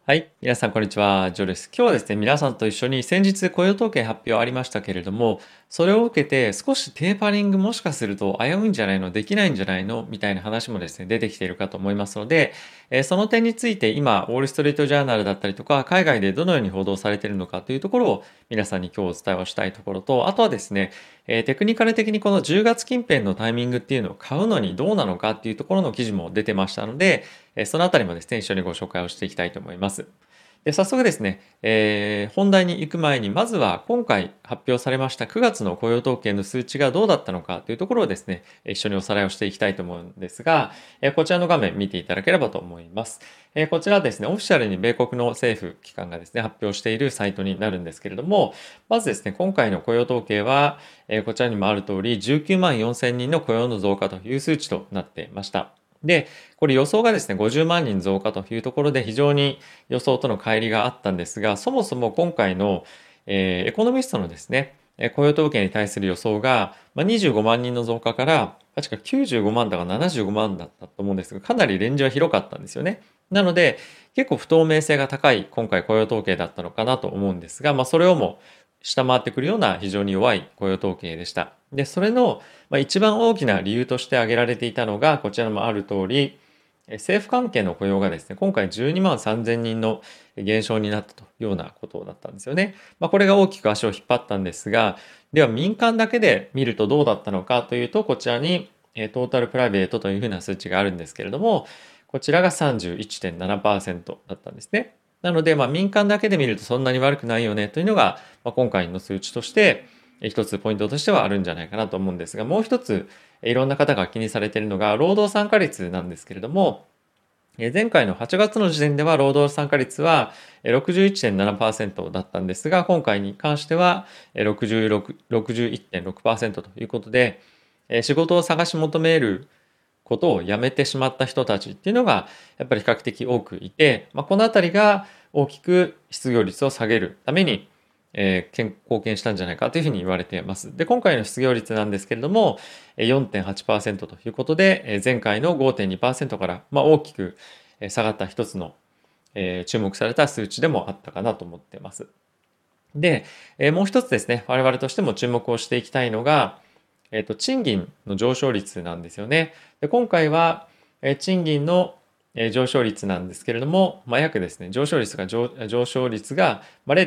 はい。皆さん、こんにちは。ジョーです。今日はですね、皆さんと一緒に先日雇用統計発表ありましたけれども、それを受けて少しテーパリングもしかすると危ういんじゃないの、できないんじゃないのみたいな話もですね、出てきているかと思いますので、その点について今、ウォールストリートジャーナルだったりとか、海外でどのように報道されているのかというところを皆さんに今日お伝えをしたいところと、あとはですね、テクニカル的にこの10月近辺のタイミングっていうのを買うのにどうなのかっていうところの記事も出てましたので、そのあたりもですね、一緒にご紹介をしていきたいと思います。で、早速ですね、本題に行く前に、まずは今回発表されました9月の雇用統計の数値がどうだったのかというところをですね、一緒におさらいをしていきたいと思うんですが、こちらの画面見ていただければと思います。こちらはですね、オフィシャルに米国の政府機関がですね、発表しているサイトになるんですけれども、まずですね、今回の雇用統計は、こちらにもある通り、19万4000人の雇用の増加という数値となっていました。で、これ予想がですね、50万人増加というところで非常に予想との乖離があったんですが、そもそも今回の、エコノミストのですね、雇用統計に対する予想が、25万人の増加から、確か95万だか75万だったと思うんですが、かなりレンジは広かったんですよね。なので、結構不透明性が高い今回雇用統計だったのかなと思うんですが、それをも下回ってくるような非常に弱い雇用統計でした。で、それの一番大きな理由として挙げられていたのが、こちらもある通り、政府関係の雇用がですね、今回12万3000人の減少になったというようなことだったんですよね。これが大きく足を引っ張ったんですが、では民間だけで見るとどうだったのかというと、こちらにトータルプライベートというふうな数値があるんですけれども、こちらが31.7% だったんですね。なので、民間だけで見るとそんなに悪くないよねというのが、今回の数値として、一つポイントとしてはあるんじゃないかなと思うんですが、もう一つ、いろんな方が気にされているのが、労働参加率なんですけれども、前回の8月の時点では労働参加率は61.7% だったんですが、今回に関しては61.6% ということで、仕事を探し求めることをやめてしまった人たちっていうのがやっぱり比較的多くいて、このあたりが大きく失業率を下げるために、貢献したんじゃないかというふうに言われています。で、今回の失業率なんですけれども、4.8% ということで、前回の5.2% から、大きく下がった一つの、注目された数値でもあったかなと思っています。で、もう一つですね、我々としても注目をしていきたいのが、賃金の上昇率なんですよね。で、今回は、賃金の上昇率なんですけれども、約ですね、上昇率が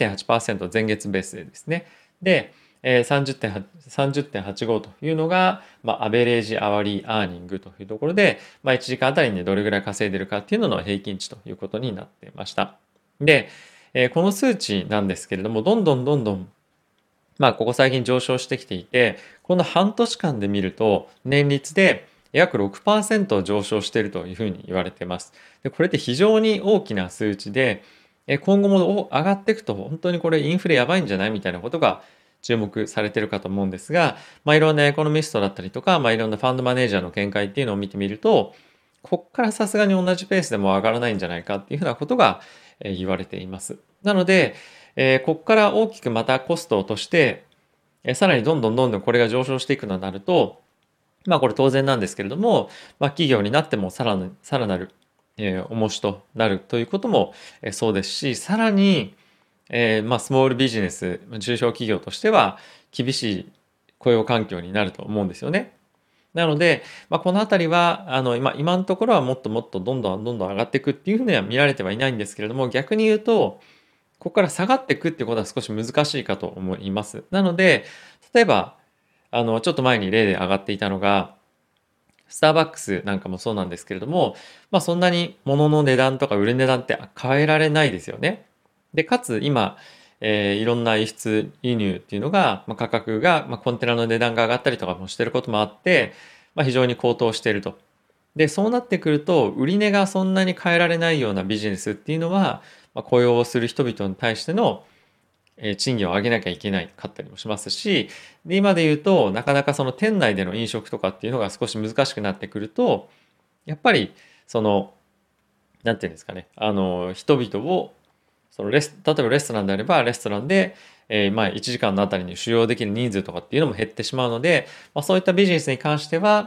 0.8%前月ベースでですね。で、30.85というのが、アベレージアワリーアーニングというところで、1時間あたりにどれぐらい稼いでるかっていうのの平均値ということになっていました。で、この数値なんですけれども、どんどんどんどんここ最近上昇してきていて、この半年間で見ると、年率で約6%上昇しているというふうに言われています。で、これって非常に大きな数値で、今後も上がっていくと、本当にこれインフレやばいんじゃないみたいなことが注目されているかと思うんですが、いろんなエコノミストだったりとか、いろんなファンドマネージャーの見解っていうのを見てみると、こっからさすがに同じペースでも上がらないんじゃないかっていうふうなことが言われています。なので、ここから大きくまたコストとして、さらにどんどんどんどんこれが上昇していくのになると、これ当然なんですけれども、企業になってもさらなる、重しとなるということも、そうですし、さらに、スモールビジネス、中小企業としては厳しい雇用環境になると思うんですよね。なので、このあたりは、今のところはもっともっとどんどんどんどん上がっていくっていうふうには見られてはいないんですけれども、逆に言うと、ここから下がっていくっていうことは少し難しいかと思います。なので、例えば、ちょっと前に例で上がっていたのが、スターバックスなんかもそうなんですけれども、そんなに物の値段とか売る値段って変えられないですよね。で、かつ今、いろんな輸出輸入っていうのが、価格が、コンテナの値段が上がったりとかもしてることもあって、非常に高騰していると。で、そうなってくると、売値がそんなに変えられないようなビジネスっていうのは、雇用をする人々に対しての賃金を上げなきゃいけないかったりもしますし、で、今で言うと、なかなかその店内での飲食とかっていうのが少し難しくなってくると、やっぱり、その、なんていうんですかね、人々を、例えばレストランであれば、レストランで、1時間のあたりに使用できる人数とかっていうのも減ってしまうので、そういったビジネスに関しては、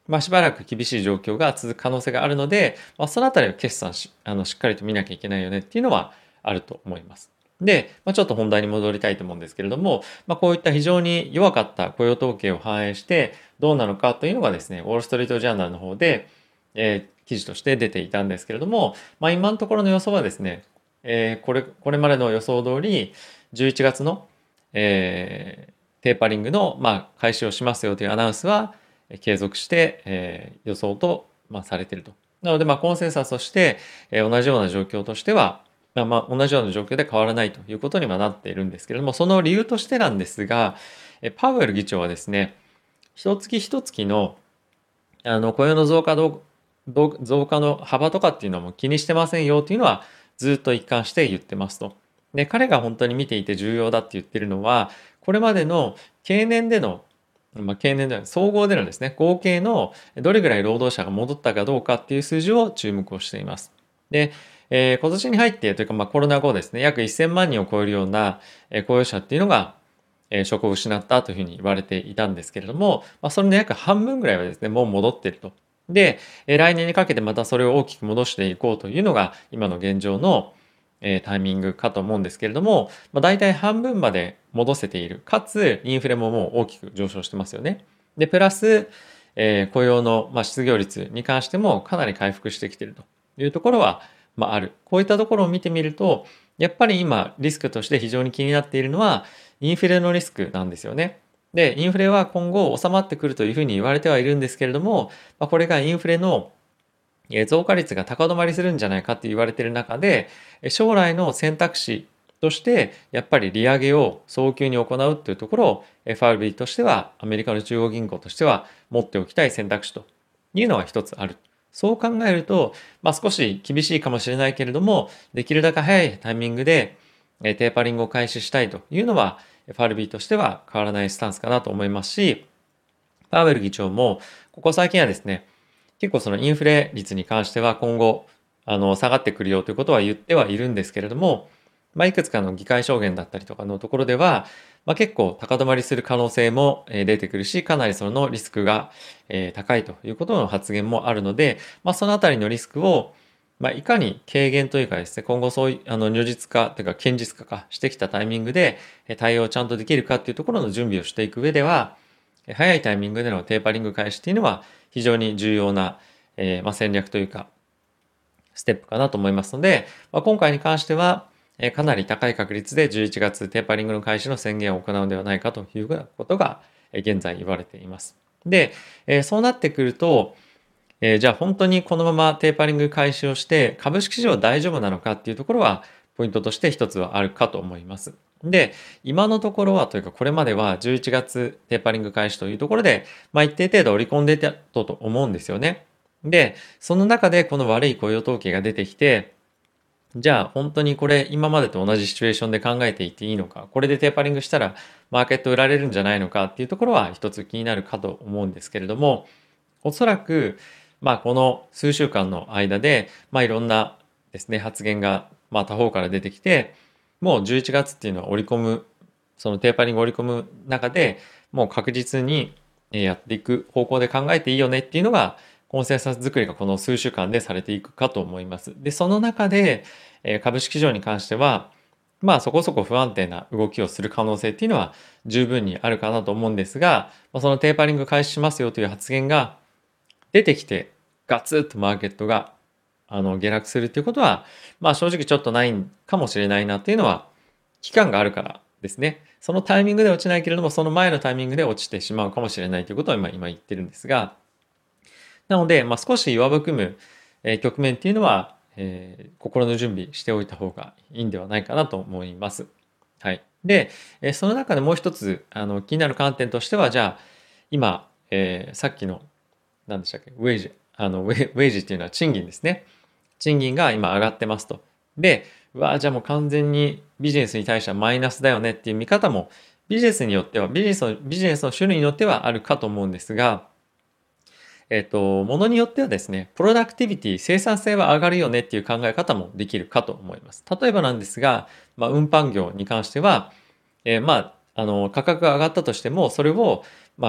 しばらく厳しい状況が続く可能性があるので、そのあたりを決算しっかりと見なきゃいけないよねっていうのはあると思います。で、ちょっと本題に戻りたいと思うんですけれども、こういった非常に弱かった雇用統計を反映してどうなのかというのがですね、ウォール・ストリート・ジャーナルの方で、記事として出ていたんですけれども、今のところの予想はですね、これまでの予想通り11月の、テーパリングの、開始をしますよというアナウンスは継続して、予想と、されていると。なので、コンセンサスとして、同じような状況としては、同じような状況で変わらないということにはなっているんですけれども、その理由としてなんですが、パウエル議長はですね、一月一月の雇用の増加の幅とかっていうのはもう気にしてませんよっていうのはずっと一貫して言ってますと。で、彼が本当に見ていて重要だって言ってるのは、これまでの経年での、経年での総合でのですね、合計のどれぐらい労働者が戻ったかどうかっていう数字を注目をしています。で、今年に入ってというか、コロナ後ですね、約1000万人を超えるような雇用者っていうのが職を失ったというふうに言われていたんですけれども、それの約半分ぐらいはですね、もう戻っていると。で、来年にかけてまたそれを大きく戻していこうというのが今の現状のタイミングかと思うんですけれども、大体半分まで戻せている。かつ、インフレももう大きく上昇してますよね。で、プラス、雇用の、失業率に関してもかなり回復してきているというところは、ある。こういったところを見てみると、やっぱり今リスクとして非常に気になっているのは、インフレのリスクなんですよね。で、インフレは今後収まってくるというふうに言われてはいるんですけれども、これがインフレの増加率が高止まりするんじゃないかって言われている中で、将来の選択肢としてやっぱり利上げを早急に行うというところを FRB としては、アメリカの中央銀行としては持っておきたい選択肢というのが一つある。そう考えると、少し厳しいかもしれないけれども、できるだけ早いタイミングでテーパリングを開始したいというのは FRB としては変わらないスタンスかなと思いますし、パウエル議長もここ最近はですね、結構そのインフレ率に関しては今後下がってくるよということは言ってはいるんですけれども、いくつかの議会証言だったりとかのところでは、結構高止まりする可能性も出てくるし、かなりそのリスクが高いということの発言もあるので、そのあたりのリスクをいかに軽減というかですね、今後そういう如実化というか堅実化してきたタイミングで対応をちゃんとできるかっていうところの準備をしていく上では、早いタイミングでのテーパリング開始っていうのは非常に重要な、戦略というかステップかなと思いますので、今回に関してはかなり高い確率で11月テーパリングの開始の宣言を行うのではないかということが現在言われています。で、そうなってくると、じゃあ本当にこのままテーパリング開始をして株式市場大丈夫なのかっていうところはポイントとして一つはあるかと思います。で、今のところはというかこれまでは11月テーパリング開始というところで、一定程度織り込んでいたと思うんですよね。で、その中でこの悪い雇用統計が出てきて、じゃあ本当にこれ今までと同じシチュエーションで考えていっていいのか、これでテーパリングしたらマーケット売られるんじゃないのかっていうところは一つ気になるかと思うんですけれども、おそらくこの数週間の間でいろんなですね発言が他方から出てきて、もう11月っていうのは織り込む、そのテーパリングを織り込む中でもう確実にやっていく方向で考えていいよねっていうのがコンセンサス作りがこの数週間でされていくかと思います。で、その中で株式市場に関してはそこそこ不安定な動きをする可能性っていうのは十分にあるかなと思うんですが、そのテーパリング開始しますよという発言が出てきてガツッとマーケットが下落するっていうことは正直ちょっとないかもしれないなっていうのは期間があるからですね。そのタイミングで落ちないけれどもその前のタイミングで落ちてしまうかもしれないということを今言ってるんですが、なので少し弱含む局面っていうのは心の準備しておいた方がいいんではないかなと思います。はい。で、その中でもう一つ気になる観点としては、じゃあ今、さっきの何でしたっけ、ウェイジ、ウェイジっていうのは賃金ですね。賃金が今上がってますと。で、じゃあもう完全にビジネスに対してはマイナスだよねっていう見方もビジネスによっては、ビジネスの種類によってはあるかと思うんですが、ものによってはですね、プロダクティビティ、生産性は上がるよねっていう考え方もできるかと思います。例えばなんですが、運搬業に関しては、価格が上がったとしても、それを、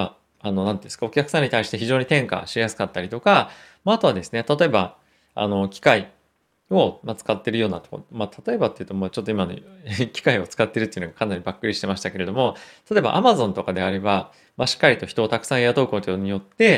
なんていうんですか、お客さんに対して非常に転嫁しやすかったりとか、あとはですね、例えば、機械を、使ってるようなところ、例えばっていうと、ちょっと今の機械を使ってるっていうのがかなりばっくりしてましたけれども、例えば Amazon とかであれば、しっかりと人をたくさん雇うことによって、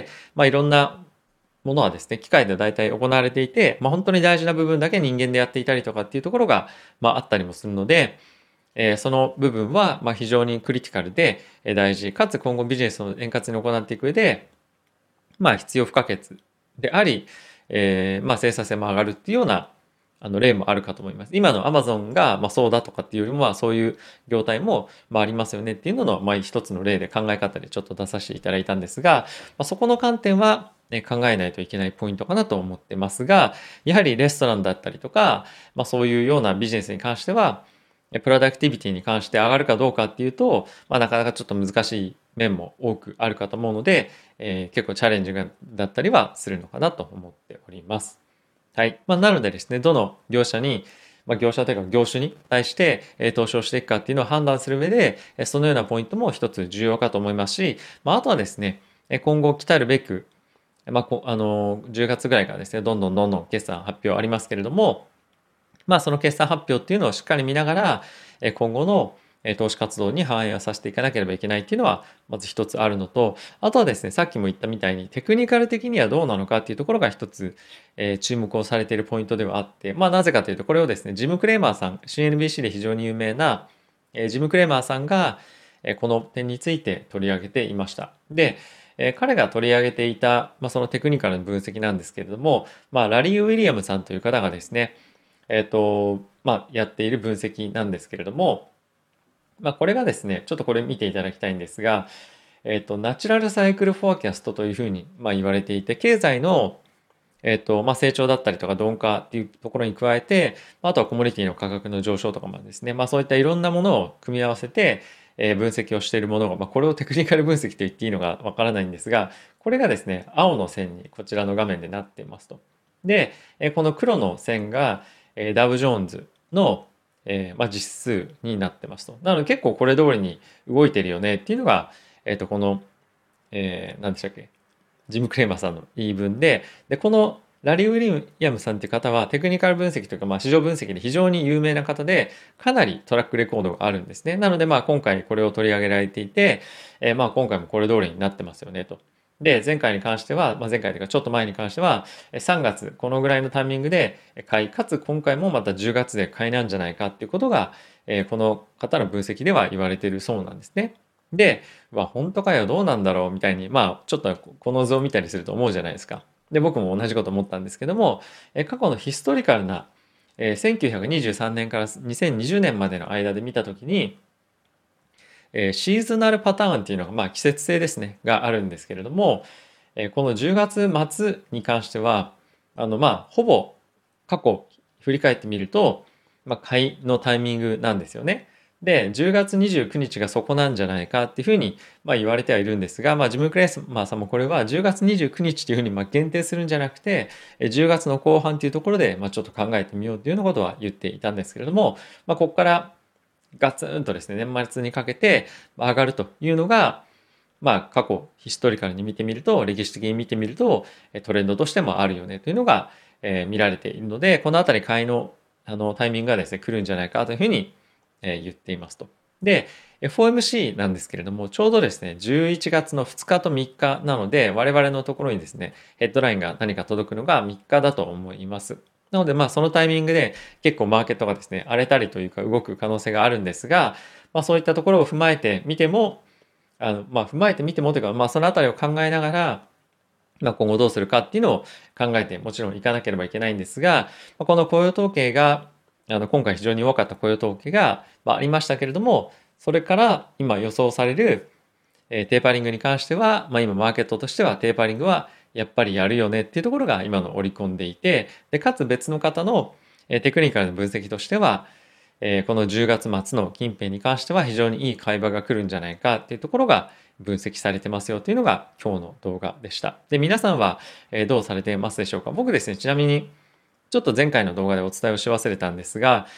いろんなものはですね、機械で大体行われていて、本当に大事な部分だけ人間でやっていたりとかっていうところが、あったりもするので、その部分は、非常にクリティカルで大事、かつ今後ビジネスを円滑に行っていく上で、必要不可欠であり、生産性も上がるっていうような例もあるかと思います。今の Amazon がそうだとかっていうよりもそういう業態もありますよねっていうのの一つの例で考え方でちょっと出させていただいたんですが、そこの観点は考えないといけないポイントかなと思ってますが、やはりレストランだったりとか、そういうようなビジネスに関してはプロダクティビティに関して上がるかどうかっていうと、なかなかちょっと難しい面も多くあるかと思うので、結構チャレンジだったりはするのかなと思っております。はい。なのでですね、どの業者に、業者というか業種に対して、投資をしていくかっていうのを判断する上で、そのようなポイントも一つ重要かと思いますし、あとはですね、今後来たるべく、10月ぐらいからですね、どんどん決算発表ありますけれども、その決算発表っていうのをしっかり見ながら、今後の投資活動に反映をさせていかなければいけないっていうのは、まず一つあるのと、あとはですね、さっきも言ったみたいにテクニカル的にはどうなのかっていうところが一つ、注目をされているポイントではあって、なぜかというと、これをですね、ジム・クレーマーさん、CNBC で非常に有名な、ジム・クレーマーさんが、この点について取り上げていました。で、彼が取り上げていた、そのテクニカルな分析なんですけれども、ラリー・ウィリアムさんという方がですね、やっている分析なんですけれども、これがですね、ちょっとこれ見ていただきたいんですが、ナチュラルサイクルフォーキャストというふうに、言われていて、経済の、成長だったりとか鈍化っていうところに加えて、あとはコモディティの価格の上昇とかもですね、そういったいろんなものを組み合わせて、分析をしているものが、これをテクニカル分析と言っていいのかわからないんですが、これがですね、青の線にこちらの画面でなっていますと。で、この黒の線が、ダウジョーンズの、実数になってますと。なので結構これ通りに動いてるよねっていうのが、この、何でしたっけ、ジム・クレーマーさんの言い分で、このラリー・ウィリアムさんっていう方はテクニカル分析というか、市場分析で非常に有名な方で、かなりトラックレコードがあるんですね。なので、今回これを取り上げられていて、今回もこれ通りになってますよねと。で、前回に関しては、前回というかちょっと前に関しては、3月、このぐらいのタイミングで買い、かつ今回もまた10月で買いなんじゃないかっていうことが、この方の分析では言われているそうなんですね。で、本当かよ、どうなんだろうみたいに、ちょっとこの図を見たりすると思うじゃないですか。で、僕も同じこと思ったんですけども、過去のヒストリカルな、1923年から2020年までの間で見たときに、シーズナルパターンっていうのが、季節性ですね、があるんですけれども、この10月末に関しては、ほぼ過去振り返ってみると、買いのタイミングなんですよね。で、10月29日がそこなんじゃないかっていうふうに、言われてはいるんですが、ジム・クレーマーさんもこれは10月29日っていうふうに限定するんじゃなくて、10月の後半っていうところで、ちょっと考えてみようっていうようなことは言っていたんですけれども、ここからガツンとですね、年末にかけて上がるというのが、過去ヒストリカルに見てみると、歴史的に見てみると、トレンドとしてもあるよねというのが、見られているので、このあたり買いのタイミングがですね、来るんじゃないかというふうに、言っていますと。で、FOMC なんですけれども、ちょうどですね、11月の2日と3日なので、我々のところにですね、ヘッドラインが何か届くのが3日だと思います。なので、そのタイミングで結構マーケットがですね、荒れたりというか動く可能性があるんですが、そういったところを踏まえてみても、踏まえてみてもというか、そのあたりを考えながら、今後どうするかっていうのを考えてもちろんいかなければいけないんですが、この雇用統計が、今回非常に多かった雇用統計が、ありましたけれども、それから今予想される、テーパリングに関しては、今マーケットとしてはテーパリングはやっぱりやるよねっていうところが今の織り込んでいて、でかつ別の方のテクニカルな分析としては、この10月末の近辺に関しては非常にいい買い場が来るんじゃないかっていうところが分析されてますよというのが今日の動画でした。で、皆さんはどうされてますでしょうか？僕ですね、ちなみにちょっと前回の動画でお伝えをし忘れたんですが、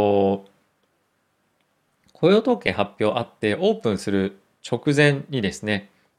雇用統計発表あってオープンする直前にですね、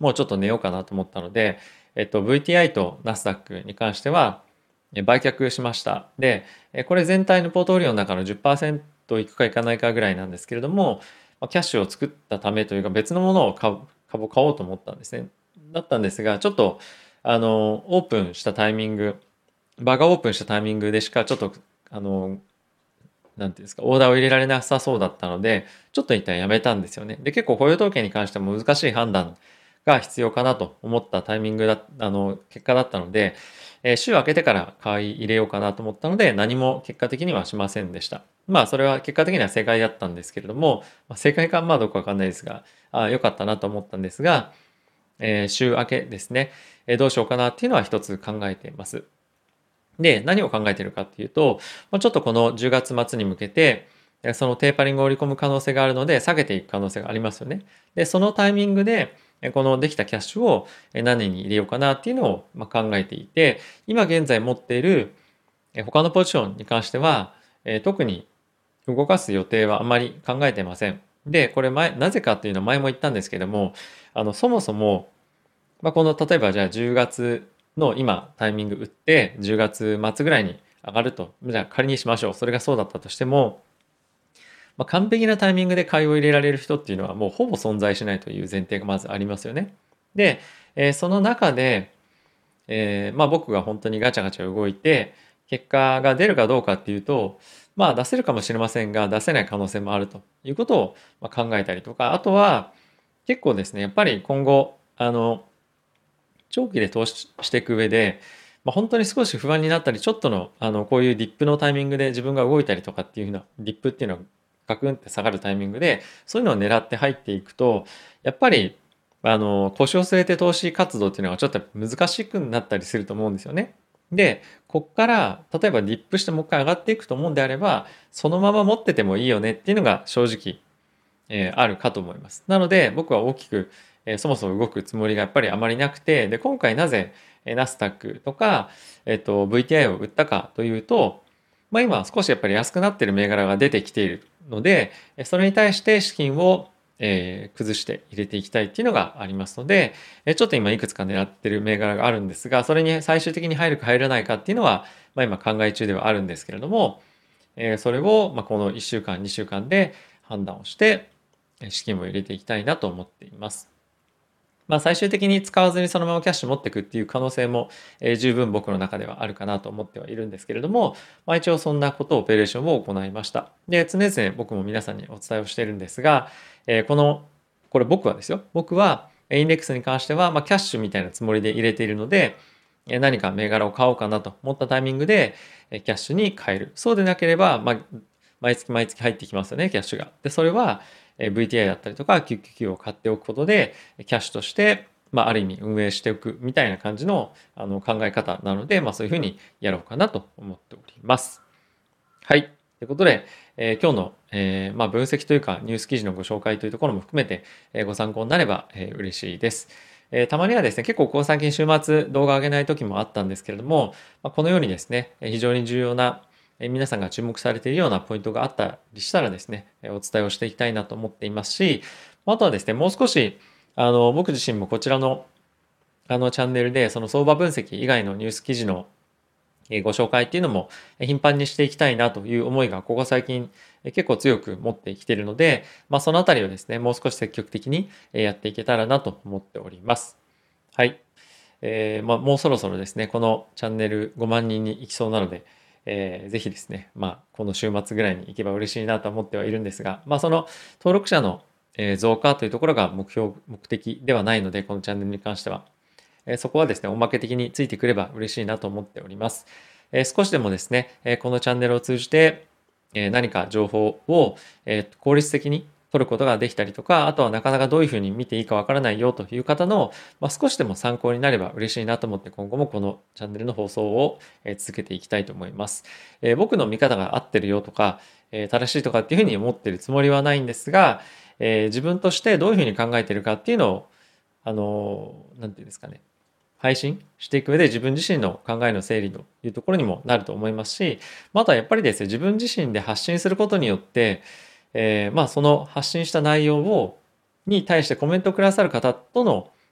もうちょっと寝ようかなと思ったので、VTI とナスダックに関しては売却しました。で、これ全体のポートフォリオの中の10%いくかいかないかぐらいなんですけれども、キャッシュを作ったためというか別のものを株を買おうと思ったんですね。だったんですが、ちょっとオープンしたタイミング、場がオープンしたタイミングでしかちょっとあのなんていうんですか、オーダーを入れられなさそうだったので、ちょっと一旦やめたんですよね。で、結構雇用統計に関しても難しい判断が必要かなと思ったタイミングだ、結果だったので、週明けてから買い入れようかなと思ったので、何も結果的にはしませんでした。まあ、それは結果的には正解だったんですけれども、正解かまあどうかわかんないですが、良かったなと思ったんですが、週明けですね、どうしようかなっていうのは一つ考えています。で、何を考えているかっていうと、ちょっとこの10月末に向けて、そのテーパリングを織り込む可能性があるので、下げていく可能性がありますよね。で、そのタイミングで、このできたキャッシュを何に入れようかなっていうのを考えていて、今現在持っている他のポジションに関しては、特に動かす予定はあまり考えてません。で、これなぜかっていうのは前も言ったんですけども、そもそも、この例えばじゃあ10月の今タイミング打って10月末ぐらいに上がると、じゃあ仮にしましょう。それがそうだったとしても、完璧なタイミングで買いを入れられる人っていうのはもうほぼ存在しないという前提がまずありますよね。で、その中で、僕が本当にガチャガチャ動いて結果が出るかどうかっていうと、出せるかもしれませんが出せない可能性もあるということを考えたりとか、あとは結構ですね、やっぱり今後長期で投資していく上で、本当に少し不安になったり、ちょっとの、こういうディップのタイミングで自分が動いたりとかっていうふうな、ディップっていうのはガクンって下がるタイミングで、そういうのを狙って入っていくと、やっぱり、腰を据えて投資活動っていうのはちょっと難しくなったりすると思うんですよね。で、こっから、例えばディップしてもう一回上がっていくと思うんであれば、そのまま持っててもいいよねっていうのが正直、あるかと思います。なので僕は大きく、そもそも動くつもりがやっぱりあまりなくて、で今回なぜナスダックとか、VTI を売ったかというと、今少しやっぱり安くなっている銘柄が出てきているので、それに対して資金を崩して入れていきたいっていうのがありますので、ちょっと今いくつか狙ってる銘柄があるんですが、それに最終的に入るか入らないかっていうのは、今考え中ではあるんですけれども、それをこの1週間、2週間で判断をして、資金を入れていきたいなと思っています。最終的に使わずにそのままキャッシュ持っていくっていう可能性も、十分僕の中ではあるかなと思ってはいるんですけれども、一応そんなことをオペレーションを行いました。で、常々僕も皆さんにお伝えをしているんですが、これ僕はですよ。僕はインデックスに関しては、キャッシュみたいなつもりで入れているので、何か銘柄を買おうかなと思ったタイミングで、キャッシュに変える。そうでなければ、毎月毎月入ってきますよね、キャッシュが。で、それは、VTI だったりとか QQQ を買っておくことでキャッシュとして、ある意味運営しておくみたいな感じの考え方なので、そういうふうにやろうかなと思っております。はい。ということで、今日の、分析というかニュース記事のご紹介というところも含めて、ご参考になれば、嬉しいです。たまにはですね、結構ここ最近週末動画上げない時もあったんですけれども、このようにですね、非常に重要な皆さんが注目されているようなポイントがあったりしたらですね、お伝えをしていきたいなと思っていますし、あとはですね、もう少し、僕自身もこちらの、チャンネルで、その相場分析以外のニュース記事のご紹介っていうのも頻繁にしていきたいなという思いがここ最近結構強く持ってきているので、そのあたりをですね、もう少し積極的にやっていけたらなと思っております。はい。もうそろそろですね、このチャンネル5万人に行きそうなので、ぜひですね、この週末ぐらいに行けば嬉しいなと思ってはいるんですが、その登録者の増加というところが目的ではないので、このチャンネルに関しては。そこはですね、おまけ的についてくれば嬉しいなと思っております。少しでもですね、このチャンネルを通じて何か情報を効率的に取ることができたりとか、あとはなかなかどういうふうに見ていいかわからないよという方の、少しでも参考になれば嬉しいなと思って今後もこのチャンネルの放送を続けていきたいと思います。僕の見方が合ってるよとか、正しいとかっていうふうに思ってるつもりはないんですが、自分としてどういうふうに考えているかっていうのを、なんていうんですかね、配信していく上で自分自身の考えの整理というところにもなると思いますし、あとはやっぱりですね、自分自身で発信することによって、その発信した内容に対してコメントをくださる方との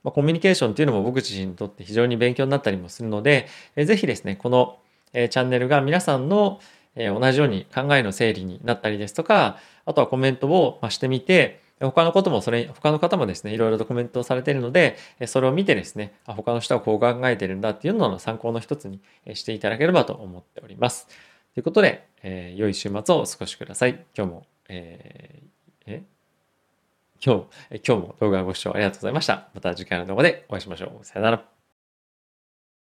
コミュニケーションっていうのも僕自身にとって非常に勉強になったりもするので、ぜひですね、この、チャンネルが皆さんの、同じように考えの整理になったりですとか、あとはコメントを、してみて、他の方もですね、いろいろとコメントをされているので、それを見てですね、他の人はこう考えてるんだっていうのの参考の一つにしていただければと思っております。ということで、良い週末をお過ごしください。今日も、今日も動画をご視聴ありがとうございました。また次回の動画でお会いしましょう。さよなら。